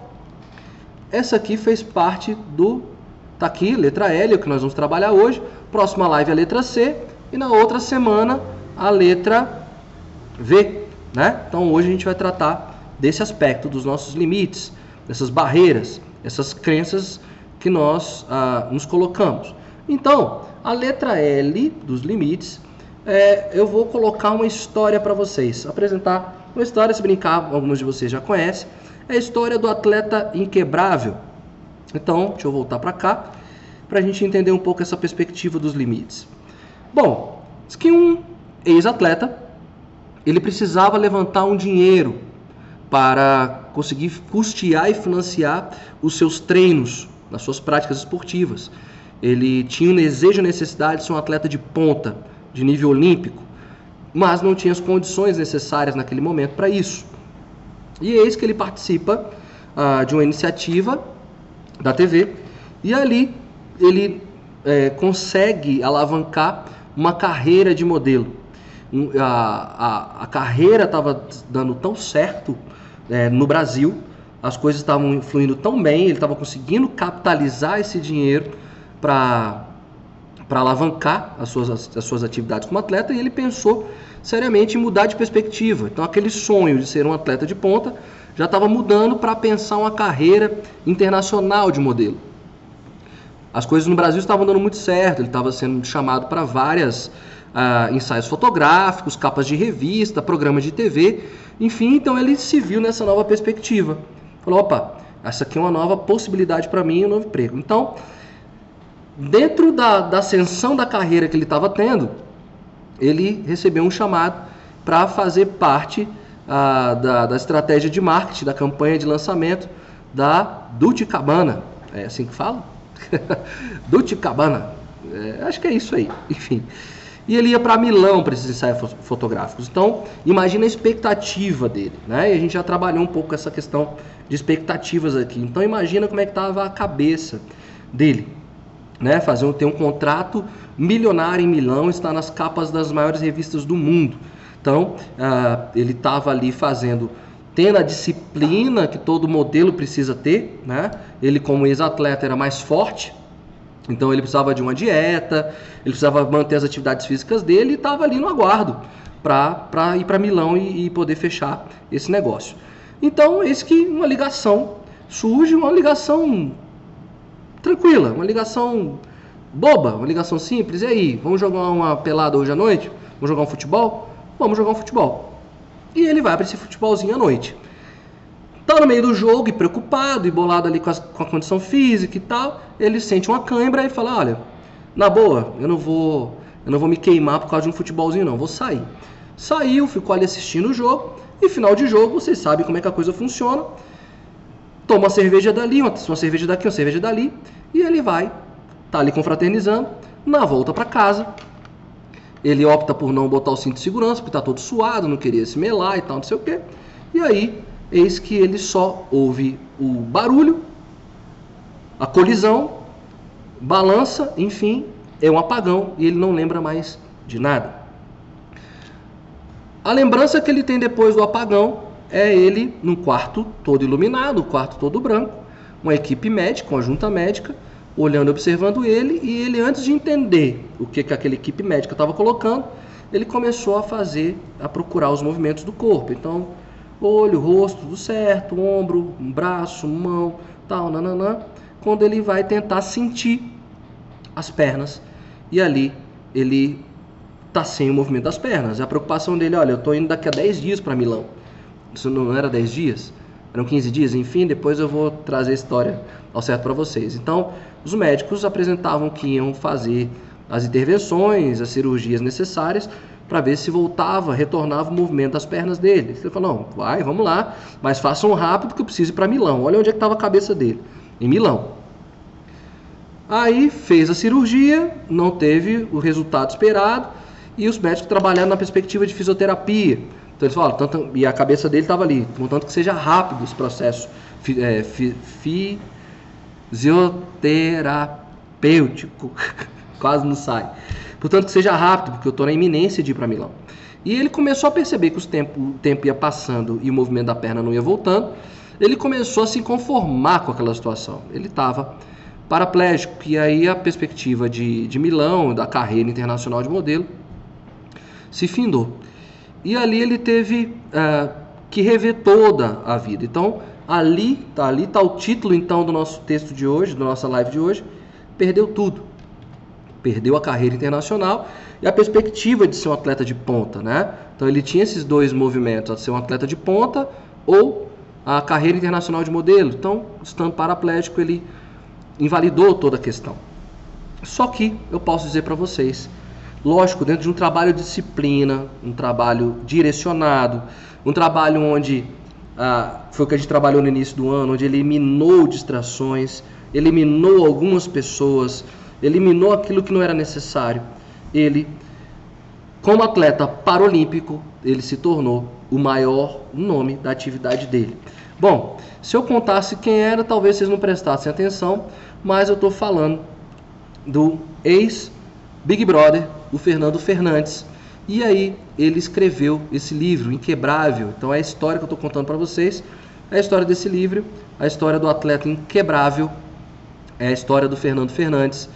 essa aqui fez parte do... Tá aqui, letra L, o que nós vamos trabalhar hoje. Próxima live a letra C e na outra semana a letra V, né? Então hoje a gente vai tratar desse aspecto dos nossos limites, dessas barreiras, essas crenças que nós ah, nos colocamos. Então, a letra L dos limites, é, eu vou colocar uma história para vocês, apresentar uma história, se brincar, alguns de vocês já conhecem, é a história do atleta inquebrável. Então, deixa eu voltar para cá, para a gente entender um pouco essa perspectiva dos limites. Bom, diz que um ex-atleta, ele precisava levantar um dinheiro para conseguir custear e financiar os seus treinos, nas suas práticas esportivas. Ele tinha um desejo e necessidade de ser um atleta de ponta, de nível olímpico, mas não tinha as condições necessárias naquele momento para isso. E eis que ele participa ah, de uma iniciativa da T V, e ali ele é, consegue alavancar uma carreira de modelo. A, a, a carreira estava dando tão certo é, no Brasil, as coisas estavam fluindo tão bem, ele estava conseguindo capitalizar esse dinheiro para para alavancar as suas, as suas atividades como atleta, e ele pensou seriamente em mudar de perspectiva. Então aquele sonho de ser um atleta de ponta já estava mudando para pensar uma carreira internacional de modelo. As coisas no Brasil estavam dando muito certo, ele estava sendo chamado para várias uh, ensaios fotográficos, capas de revista, programas de T V, enfim, então ele se viu nessa nova perspectiva. Falou, opa, essa aqui é uma nova possibilidade para mim, um novo emprego. Então, dentro da, da ascensão da carreira que ele estava tendo, ele recebeu um chamado para fazer parte ah, da, da estratégia de marketing, da campanha de lançamento da Dolce and Gabbana. É assim que fala? Dolce and Gabbana. É, acho que é isso aí. Enfim. E ele ia para Milão para esses ensaios fotográficos. Então, imagina a expectativa dele, né? E a gente já trabalhou um pouco essa questão de expectativas aqui. Então, imagina como é que estava a cabeça dele. Né, fazer um, ter um contrato milionário em Milão, estar nas capas das maiores revistas do mundo. Então, uh, ele estava ali fazendo, tendo a disciplina que todo modelo precisa ter, né? Ele como ex-atleta era mais forte, então ele precisava de uma dieta, ele precisava manter as atividades físicas dele e estava ali no aguardo para ir para Milão e, e poder fechar esse negócio. Então, eis que uma ligação surge, uma ligação tranquila, uma ligação boba, uma ligação simples. E aí, vamos jogar uma pelada hoje à noite? Vamos jogar um futebol? Vamos jogar um futebol. E ele vai para esse futebolzinho à noite. Tá no meio do jogo e preocupado e bolado ali com, as, com a condição física e tal, ele sente uma cãibra e fala, olha, na boa, eu não vou, eu não vou me queimar por causa de um futebolzinho não, vou sair. Saiu, ficou ali assistindo o jogo e final de jogo, vocês sabem como é que a coisa funciona. Toma uma cerveja dali, uma, uma cerveja daqui, uma cerveja dali e ele vai, tá ali confraternizando, na volta para casa. Ele opta por não botar o cinto de segurança, porque tá todo suado, não queria se melar e tal, não sei o quê. E aí, eis que ele só ouve o barulho, a colisão, balança, enfim, é um apagão e ele não lembra mais de nada. A lembrança que ele tem depois do apagão é ele num quarto todo iluminado, um quarto todo branco, uma equipe médica, uma junta médica, olhando e observando ele, e ele, antes de entender o que, que aquela equipe médica estava colocando, ele começou a fazer, a procurar os movimentos do corpo. Então, olho, rosto, tudo certo, ombro, um braço, mão, tal, nananã. Quando ele vai tentar sentir as pernas, e ali ele tá sem o movimento das pernas. A preocupação dele, olha, eu tô indo daqui a dez dias para Milão. Isso não era dez dias? Eram quinze dias? Enfim, depois eu vou trazer a história ao certo para vocês. Então, os médicos apresentavam que iam fazer as intervenções, as cirurgias necessárias para ver se voltava, retornava o movimento das pernas dele. Ele falou, não, vai, vamos lá, mas façam rápido que eu preciso ir para Milão. Olha onde é que estava a cabeça dele, em Milão. Aí fez a cirurgia, não teve o resultado esperado, e os médicos trabalharam na perspectiva de fisioterapia. Então eles falaram, tanto, e a cabeça dele estava ali, contanto que seja rápido esse processo fi, é, fi, fisioterapêutico, quase não sai. Portanto que seja rápido, porque eu estou na iminência de ir para Milão. E ele começou a perceber que os tempo, o tempo ia passando e o movimento da perna não ia voltando. Ele começou a se conformar com aquela situação. Ele estava paraplégico, e aí a perspectiva de, de Milão, da carreira internacional de modelo, se findou. E ali ele teve uh, que rever toda a vida. Então, ali está ali tá o título então do nosso texto de hoje, da nossa live de hoje, perdeu tudo. Perdeu a carreira internacional e a perspectiva de ser um atleta de ponta, né? Então ele tinha esses dois movimentos, a ser um atleta de ponta ou a carreira internacional de modelo. Então, estando paraplégico, ele invalidou toda a questão. Só que eu posso dizer para vocês, lógico, dentro de um trabalho de disciplina, um trabalho direcionado, um trabalho onde, ah, foi o que a gente trabalhou no início do ano, onde ele eliminou distrações, eliminou algumas pessoas, eliminou aquilo que não era necessário. Ele, como atleta paralímpico, ele se tornou o maior nome da atividade dele. Bom, se eu contasse quem era, talvez vocês não prestassem atenção, mas eu estou falando do ex-Big Brother, o Fernando Fernandes. E aí ele escreveu esse livro, Inquebrável. Então é a história que eu estou contando para vocês, é a história desse livro, a história do atleta inquebrável, é a história do Fernando Fernandes,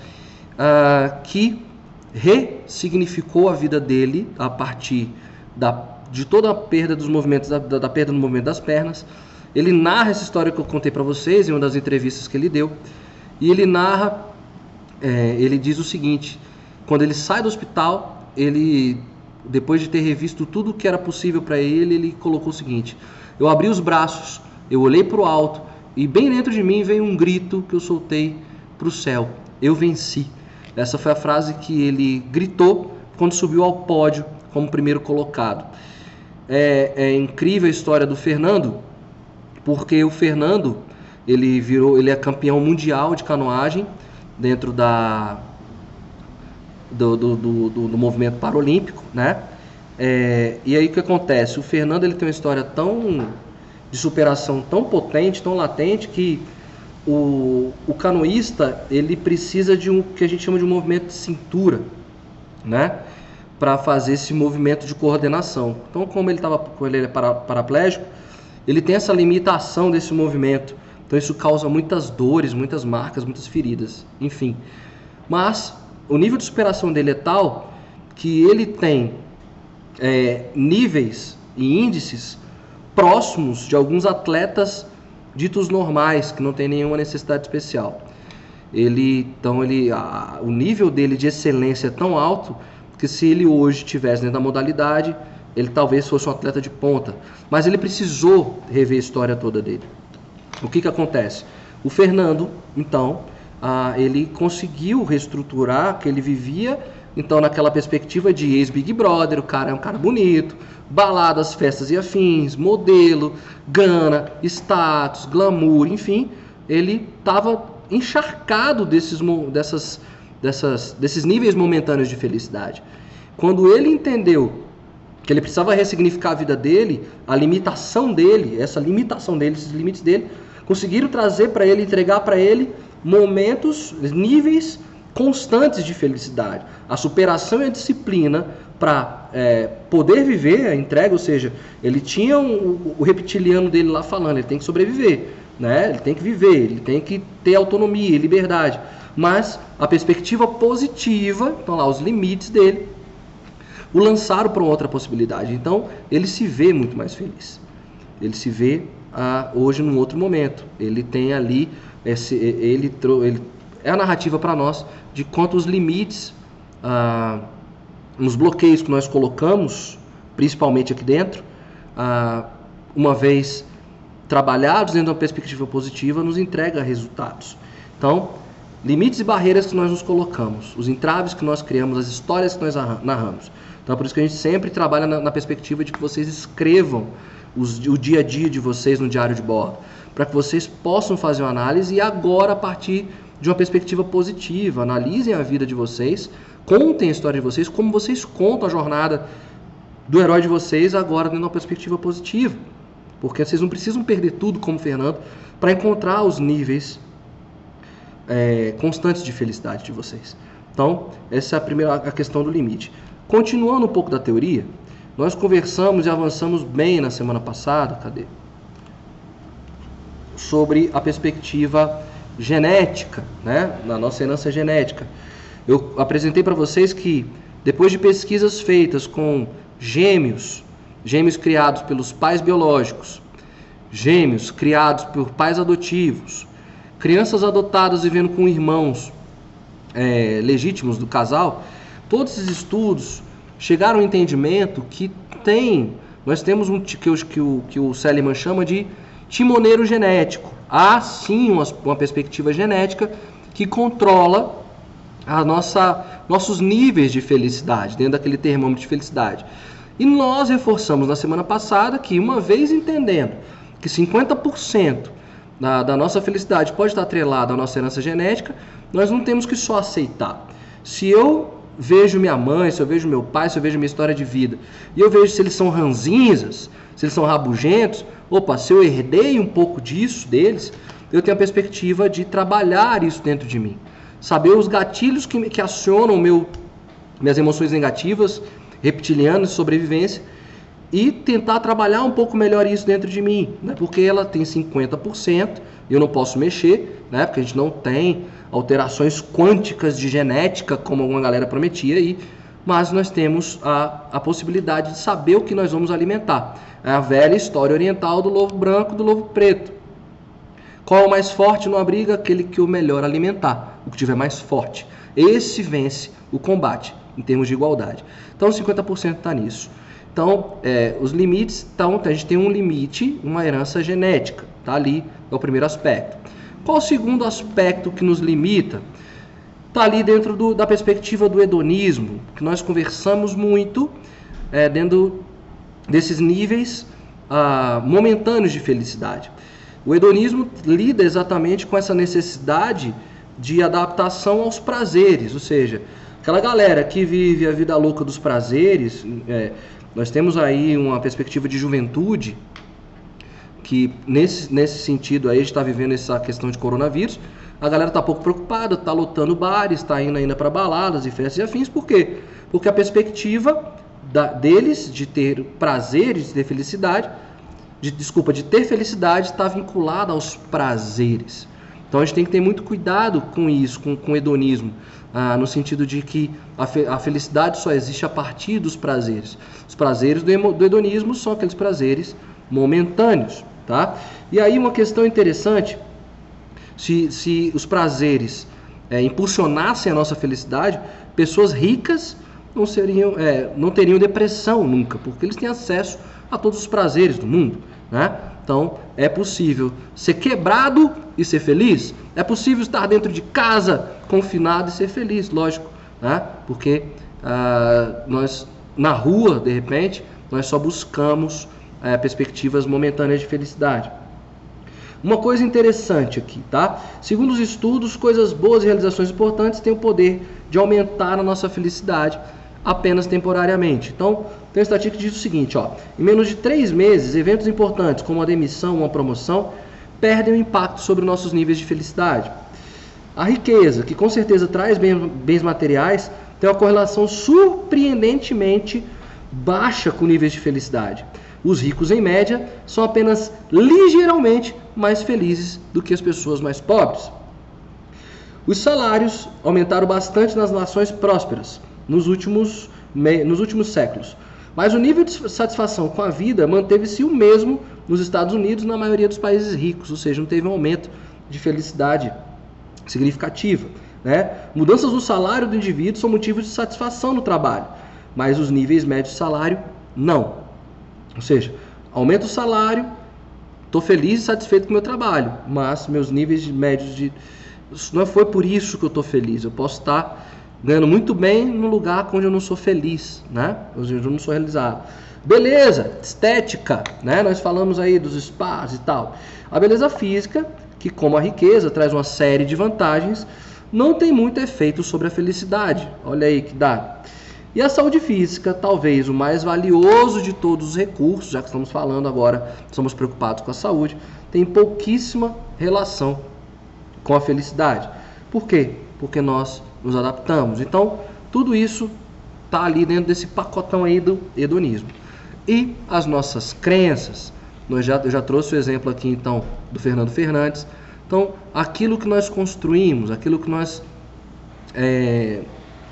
uh, que ressignificou a vida dele a partir da, de toda a perda dos movimentos, da, da perda do movimento das pernas. Ele narra essa história que eu contei para vocês em uma das entrevistas que ele deu, e ele narra, é, ele diz o seguinte: quando ele sai do hospital, ele, depois de ter revisto tudo o que era possível para ele, ele colocou o seguinte: eu abri os braços, eu olhei para o alto, e bem dentro de mim veio um grito que eu soltei para o céu: eu venci. Essa foi a frase que ele gritou quando subiu ao pódio como primeiro colocado. É, é incrível a história do Fernando, porque o Fernando, ele virou, ele é campeão mundial de canoagem dentro da, do, do, do, do, do movimento paralímpico, né? É, e aí o que acontece? O Fernando, ele tem uma história tão de superação tão potente, tão latente, que o, o canoísta, ele precisa de um que a gente chama de um movimento de cintura, né? Para fazer esse movimento de coordenação. Então, como ele estava, ele é para, paraplégico, ele tem essa limitação desse movimento. Então isso causa muitas dores, muitas marcas, muitas feridas, enfim. Mas o nível de superação dele é tal que ele tem é, níveis e índices próximos de alguns atletas ditos normais, que não tem nenhuma necessidade especial. Ele, então, ele, a, o nível dele de excelência é tão alto que se ele hoje estivesse dentro da modalidade, ele talvez fosse um atleta de ponta. Mas ele precisou rever a história toda dele. O que que acontece? O Fernando, então, ah, ele conseguiu reestruturar, que ele vivia, então, naquela perspectiva de ex-Big Brother, o cara é um cara bonito, baladas, festas e afins, modelo, grana, status, glamour, enfim, ele estava encharcado desses, dessas, dessas, desses níveis momentâneos de felicidade. Quando ele entendeu que ele precisava ressignificar a vida dele, a limitação dele, essa limitação dele, esses limites dele, conseguiram trazer para ele, entregar para ele momentos, níveis constantes de felicidade. A superação e a disciplina para é, poder viver a entrega, ou seja, ele tinha um, o reptiliano dele lá falando, ele tem que sobreviver, né? Ele tem que viver, ele tem que ter autonomia e liberdade, mas a perspectiva positiva, então lá os limites dele, o lançaram para outra possibilidade. Então ele se vê muito mais feliz, ele se vê ah, hoje num outro momento, ele tem ali, esse, ele, ele é a narrativa para nós de quantos limites, ah, nos bloqueios que nós colocamos, principalmente aqui dentro, ah, uma vez trabalhados dentro de uma perspectiva positiva, nos entrega resultados. Então, limites e barreiras que nós nos colocamos, os entraves que nós criamos, as histórias que nós narramos. Então, é por isso que a gente sempre trabalha na, na perspectiva de que vocês escrevam os, o dia a dia de vocês no diário de bordo, para que vocês possam fazer uma análise e agora, a partir de uma perspectiva positiva, analisem a vida de vocês, contem a história de vocês, como vocês contam a jornada do herói de vocês agora dentro de uma perspectiva positiva. Porque vocês não precisam perder tudo como Fernando para encontrar os níveis é, constantes de felicidade de vocês. Então, essa é a primeira a questão do limite. Continuando um pouco da teoria, nós conversamos e avançamos bem na semana passada, cadê? Sobre a perspectiva genética, né? Na nossa herança genética. Eu apresentei para vocês que, depois de pesquisas feitas com gêmeos, gêmeos criados pelos pais biológicos, gêmeos criados por pais adotivos, crianças adotadas vivendo com irmãos é, legítimos do casal, todos esses estudos chegaram ao entendimento que tem, nós temos um que, que, o, que o Seligman chama de timoneiro genético. Há sim uma, uma perspectiva genética que controla a nossa, nossos níveis de felicidade, dentro daquele termômetro de felicidade. E nós reforçamos na semana passada que, uma vez entendendo que cinquenta por cento da, da nossa felicidade pode estar atrelada à nossa herança genética, nós não temos que só aceitar. Se eu vejo minha mãe, se eu vejo meu pai, se eu vejo minha história de vida, e eu vejo se eles são ranzinzas, se eles são rabugentos, opa, se eu herdei um pouco disso deles, eu tenho a perspectiva de trabalhar isso dentro de mim. Saber os gatilhos que, que acionam meu, minhas emoções negativas, reptilianas, de sobrevivência, e tentar trabalhar um pouco melhor isso dentro de mim, né? Porque ela tem cinquenta por cento, eu não posso mexer, né? Porque a gente não tem alterações quânticas de genética, como alguma galera prometia aí, mas nós temos a, a possibilidade de saber o que nós vamos alimentar. É a velha história oriental do lobo branco e do lobo preto. Qual é o mais forte numa briga? Aquele que o melhor alimentar, o que tiver mais forte. Esse vence o combate, em termos de igualdade. Então, cinquenta por cento está nisso. Então, é, os limites, então, a gente tem um limite, uma herança genética, tá ali, é o primeiro aspecto. Qual o segundo aspecto que nos limita? Está ali dentro do, da perspectiva do hedonismo, que nós conversamos muito é, dentro desses níveis ah, momentâneos de felicidade. O hedonismo lida exatamente com essa necessidade de adaptação aos prazeres, ou seja, aquela galera que vive a vida louca dos prazeres, é, nós temos aí uma perspectiva de juventude, que nesse, nesse sentido aí a gente está vivendo essa questão de coronavírus, a galera está pouco preocupada, está lotando bares, está indo ainda para baladas e festas e afins, por quê? Porque a perspectiva da, deles de ter prazeres, de ter felicidade, de, desculpa, de ter felicidade está vinculada aos prazeres. Então a gente tem que ter muito cuidado com isso, com, com o hedonismo, ah, no sentido de que a, fe, a felicidade só existe a partir dos prazeres. Os prazeres do, emo, do hedonismo são aqueles prazeres momentâneos, tá? E aí uma questão interessante, se, se os prazeres é, impulsionassem a nossa felicidade, pessoas ricas não, seriam, é, não teriam depressão nunca, porque eles têm acesso a todos os prazeres do mundo, né? Então, é possível ser quebrado e ser feliz? É possível estar dentro de casa, confinado e ser feliz, lógico, né? Porque ah, nós, na rua, de repente, nós só buscamos ah, perspectivas momentâneas de felicidade. Uma coisa interessante aqui, tá? Segundo os estudos, coisas boas e realizações importantes têm o poder de aumentar a nossa felicidade apenas temporariamente. Então, tem uma estatística que diz o seguinte, ó, em menos de três meses, eventos importantes como a demissão ou uma promoção perdem o impacto sobre nossos níveis de felicidade. A riqueza, que com certeza traz bens materiais, tem uma correlação surpreendentemente baixa com níveis de felicidade. Os ricos, em média, são apenas ligeiramente mais felizes do que as pessoas mais pobres. Os salários aumentaram bastante nas nações prósperas nos últimos, nos últimos séculos, mas o nível de satisfação com a vida manteve-se o mesmo nos Estados Unidos e na maioria dos países ricos, ou seja, não teve um aumento de felicidade significativa, né? Mudanças no salário do indivíduo são motivos de satisfação no trabalho, mas os níveis médios de salário não. Ou seja, aumenta o salário, estou feliz e satisfeito com o meu trabalho, mas meus níveis de médios de... não foi por isso que eu estou feliz, eu posso estar ganhando muito bem no lugar onde eu não sou feliz, né? Onde eu não sou realizado. Beleza, estética, né? Nós falamos aí dos spas e tal. A beleza física, que como a riqueza traz uma série de vantagens, não tem muito efeito sobre a felicidade. Olha aí que dá. E a saúde física, talvez o mais valioso de todos os recursos, já que estamos falando agora, estamos preocupados com a saúde, tem pouquíssima relação com a felicidade. Por quê? Porque nós nos adaptamos. Então, tudo isso está ali dentro desse pacotão aí do hedonismo. E as nossas crenças, nós já, eu já trouxe o exemplo aqui então do Fernando Fernandes. Então, aquilo que nós construímos, aquilo que nós é,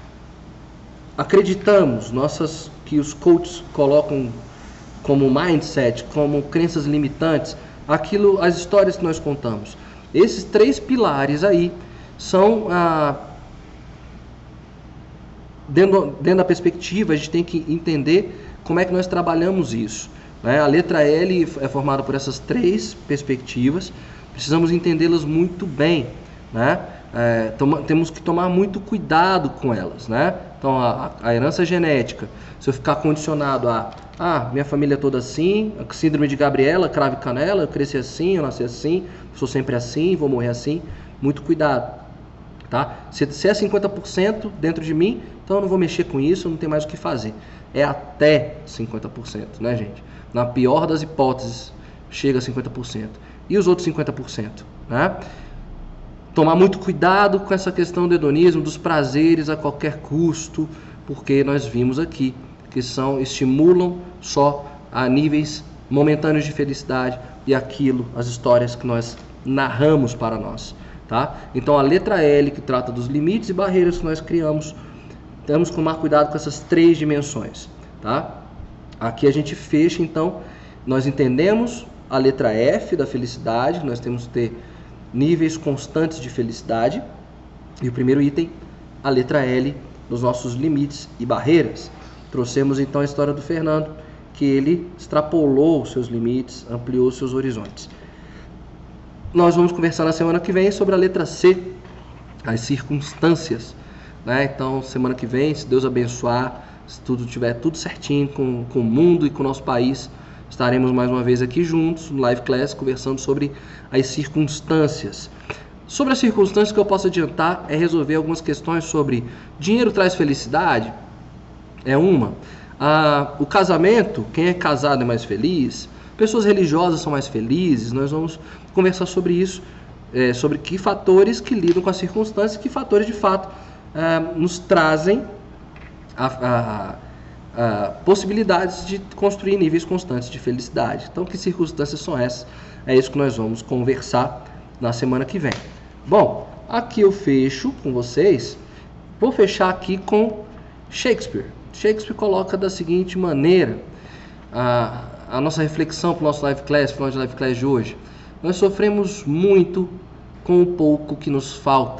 acreditamos, nossas, que os coaches colocam como mindset, como crenças limitantes, aquilo, as histórias que nós contamos. Esses três pilares aí são a Dentro, dentro da perspectiva, a gente tem que entender como é que nós trabalhamos isso, né? A letra L é formada por essas três perspectivas, precisamos entendê-las muito bem, né? É, toma, temos que tomar muito cuidado com elas, né? Então, a, a herança genética, se eu ficar condicionado a ah, minha família é toda assim, a síndrome de Gabriela, cravo e canela, eu cresci assim, eu nasci assim, sou sempre assim, vou morrer assim, muito cuidado. Tá? Se, se é cinquenta por cento dentro de mim, então eu não vou mexer com isso, não tem mais o que fazer. É até cinquenta por cento, né, gente? Na pior das hipóteses, chega a cinquenta por cento. E os outros cinquenta por cento, né? Tomar muito cuidado com essa questão do hedonismo, dos prazeres a qualquer custo, porque nós vimos aqui que são, estimulam só a níveis momentâneos de felicidade e aquilo, as histórias que nós narramos para nós. Tá? Então a letra L, que trata dos limites e barreiras que nós criamos, temos que tomar cuidado com essas três dimensões. Tá? Aqui a gente fecha, então, nós entendemos a letra F da felicidade, nós temos que ter níveis constantes de felicidade, e o primeiro item, a letra L, dos nossos limites e barreiras. Trouxemos então a história do Fernando, que ele extrapolou os seus limites, ampliou os seus horizontes. Nós vamos conversar na semana que vem sobre a letra C, as circunstâncias, né? Então, semana que vem, se Deus abençoar, se tudo tiver tudo certinho com, com o mundo e com o nosso país, estaremos mais uma vez aqui juntos, no Live Class, conversando sobre as circunstâncias. Sobre as circunstâncias, que eu posso adiantar é resolver algumas questões sobre dinheiro traz felicidade, é uma. Ah, o casamento, quem é casado é mais feliz, pessoas religiosas são mais felizes, nós vamos conversar sobre isso, é, sobre que fatores que lidam com as circunstâncias, que fatores de fato é, nos trazem a, a, a possibilidades de construir níveis constantes de felicidade. Então, que circunstâncias são essas? É isso que nós vamos conversar na semana que vem. Bom, aqui eu fecho com vocês, vou fechar aqui com Shakespeare. Shakespeare coloca da seguinte maneira a, a nossa reflexão para o nosso live class, para o nosso live class de hoje. Nós sofremos muito com o pouco que nos falta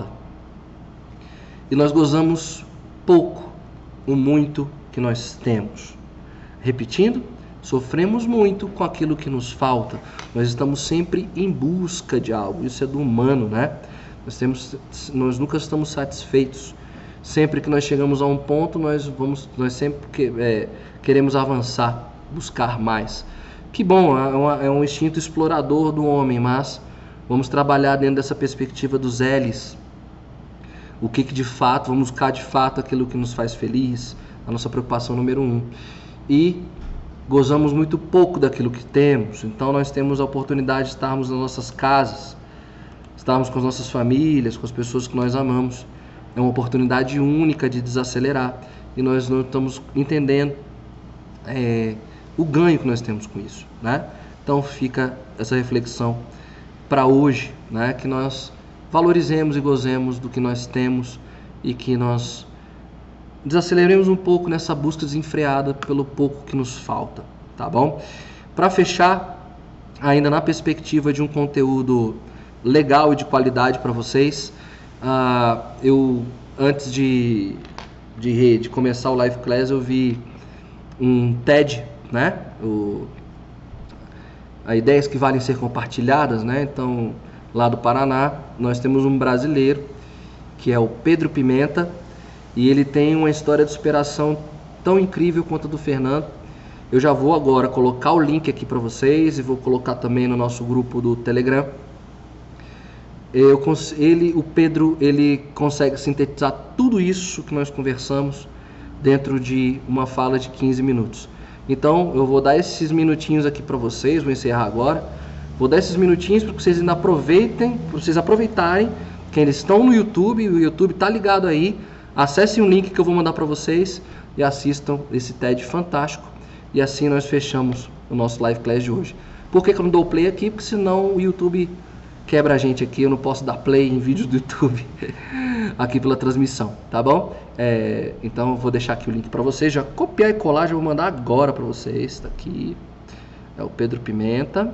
e nós gozamos pouco o muito que nós temos. Repetindo, sofremos muito com aquilo que nos falta. Nós estamos sempre em busca de algo. Isso é do humano, né? Nós, temos, nós nunca estamos satisfeitos. Sempre que nós chegamos a um ponto, nós, vamos, nós sempre que, é, queremos avançar, buscar mais. Que bom, é, uma, é um instinto explorador do homem, mas vamos trabalhar dentro dessa perspectiva dos L's. O que, que de fato, vamos buscar de fato aquilo que nos faz feliz, a nossa preocupação número um. E gozamos muito pouco daquilo que temos, então nós temos a oportunidade de estarmos nas nossas casas, estarmos com as nossas famílias, com as pessoas que nós amamos. É uma oportunidade única de desacelerar e nós não estamos entendendo é, o ganho que nós temos com isso, né? Então fica essa reflexão para hoje, né? Que nós valorizemos e gozemos do que nós temos e que nós desaceleremos um pouco nessa busca desenfreada pelo pouco que nos falta, tá bom? Para fechar, ainda na perspectiva de um conteúdo legal e de qualidade para vocês, uh, eu, antes de, de, de começar o live class, eu vi um TED, né? O, a ideias que valem ser compartilhadas, né? Então, lá do Paraná, nós temos um brasileiro, que é o Pedro Pimenta, e ele tem uma história de superação tão incrível quanto a do Fernando. Eu já vou agora colocar o link aqui para vocês e vou colocar também no nosso grupo do Telegram. Eu, ele, o Pedro, ele consegue sintetizar tudo isso que nós conversamos dentro de uma fala de quinze minutos. Então, eu vou dar esses minutinhos aqui para vocês, vou encerrar agora. Vou dar esses minutinhos para que vocês ainda aproveitem, para vocês aproveitarem que eles estão no YouTube, o YouTube está ligado aí. Acessem o link que eu vou mandar para vocês e assistam esse TED fantástico. E assim nós fechamos o nosso live class de hoje. Por que que eu não dou play aqui? Porque senão o YouTube quebra a gente aqui. Eu não posso dar play em vídeos do YouTube aqui pela transmissão, tá bom? É, então eu vou deixar aqui o link para vocês. Já copiar e colar, já vou mandar agora para vocês. Tá aqui. É o Pedro Pimenta.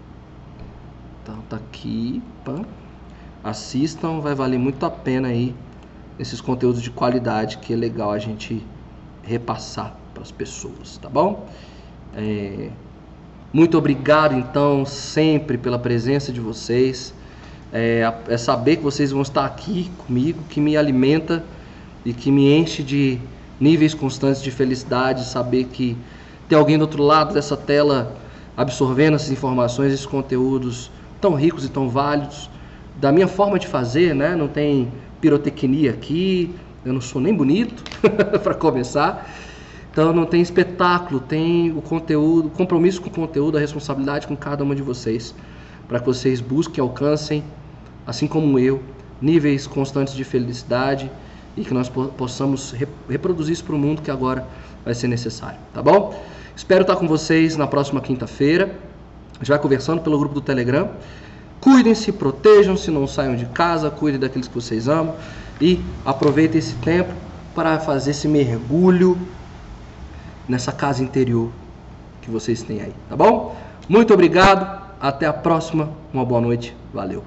Então tá aqui. Pam. Assistam, vai valer muito a pena aí esses conteúdos de qualidade que é legal a gente repassar para as pessoas, tá bom? É, muito obrigado, então, sempre pela presença de vocês. É, é saber que vocês vão estar aqui comigo, que me alimenta e que me enche de níveis constantes de felicidade, saber que tem alguém do outro lado dessa tela absorvendo essas informações, esses conteúdos tão ricos e tão válidos, da minha forma de fazer, né? Não tem pirotecnia aqui, eu não sou nem bonito para começar, então não tem espetáculo, tem o conteúdo, o compromisso com o conteúdo, a responsabilidade com cada uma de vocês, para que vocês busquem, alcancem, assim como eu, níveis constantes de felicidade e que nós possamos reproduzir isso para o mundo que agora vai ser necessário, tá bom? Espero estar com vocês na próxima quinta-feira, a gente vai conversando pelo grupo do Telegram. Cuidem-se, protejam-se, não saiam de casa, cuidem daqueles que vocês amam e aproveitem esse tempo para fazer esse mergulho nessa casa interior que vocês têm aí, tá bom? Muito obrigado, até a próxima, uma boa noite, valeu!